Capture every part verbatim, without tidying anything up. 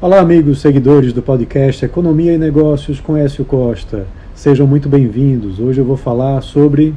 Olá, amigos seguidores do podcast Economia e Negócios com Écio Costa. Sejam muito bem-vindos. Hoje eu vou falar sobre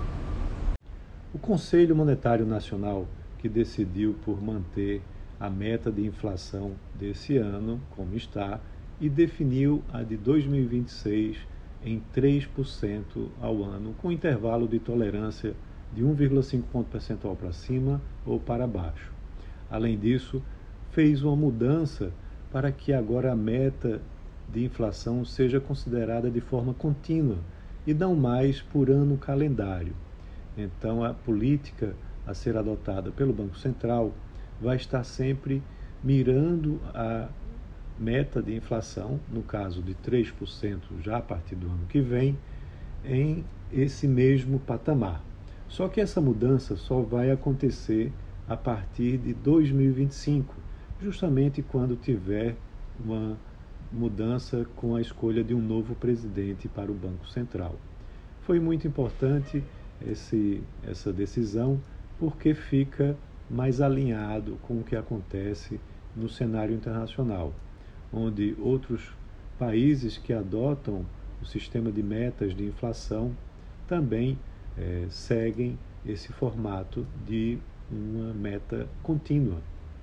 o Conselho Monetário Nacional, que decidiu por manter a meta de inflação desse ano como está e definiu a de dois mil e vinte e seis em três por cento ao ano, com intervalo de tolerância de um vírgula cinco ponto percentual para cima ou para baixo. Além disso, fez uma mudança para que agora a meta de inflação seja considerada de forma contínua e não mais por ano calendário. Então, a política a ser adotada pelo Banco Central vai estar sempre mirando a meta de inflação, no caso de três por cento já a partir do ano que vem, em esse mesmo patamar. Só que essa mudança só vai acontecer a partir de dois mil e vinte e cinco, justamente quando tiver uma mudança com a escolha de um novo presidente para o Banco Central. Foi muito importante esse, essa decisão, porque fica mais alinhado com o que acontece no cenário internacional, onde outros países que adotam o sistema de metas de inflação também eh, seguem esse formato de uma meta contínua.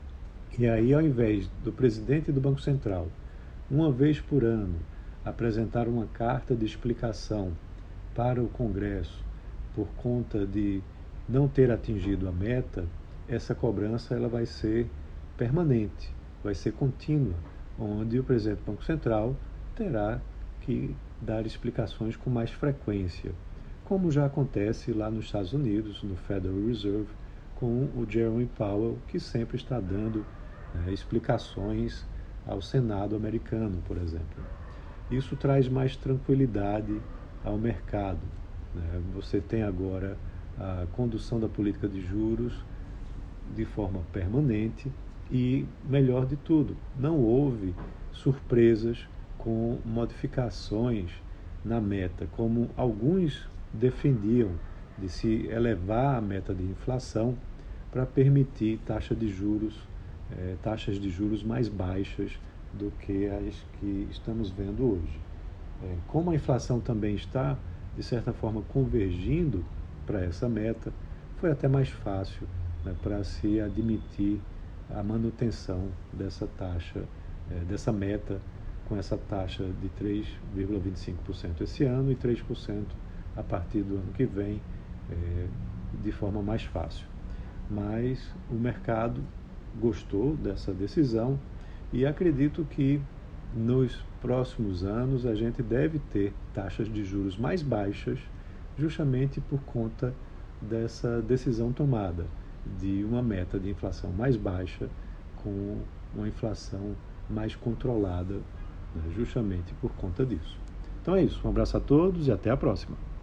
E aí, ao invés do presidente do Banco Central, uma vez por ano, apresentar uma carta de explicação para o Congresso por conta de não ter atingido a meta, essa cobrança ela vai ser permanente, vai ser contínua, onde o presidente do Banco Central terá que dar explicações com mais frequência, como já acontece lá nos Estados Unidos, no Federal Reserve, com o Jerome Powell, que sempre está dando É, explicações ao Senado americano, por exemplo. Isso traz mais tranquilidade ao mercado, né? Você tem agora a condução da política de juros de forma permanente e, melhor de tudo, não houve surpresas com modificações na meta, como alguns defendiam, de se elevar a meta de inflação para permitir taxa de juros É, taxas de juros mais baixas do que as que estamos vendo hoje. É, como a inflação também está, de certa forma, convergindo para essa meta, foi até mais fácil, né, para se admitir a manutenção dessa taxa, é, dessa meta, com essa taxa de três vírgula vinte e cinco por cento esse ano e três por cento a partir do ano que vem, é, de forma mais fácil. Mas o mercado gostou dessa decisão e acredito que nos próximos anos a gente deve ter taxas de juros mais baixas, justamente por conta dessa decisão tomada de uma meta de inflação mais baixa com uma inflação mais controlada, né, justamente por conta disso. Então é isso, um abraço a todos e até a próxima.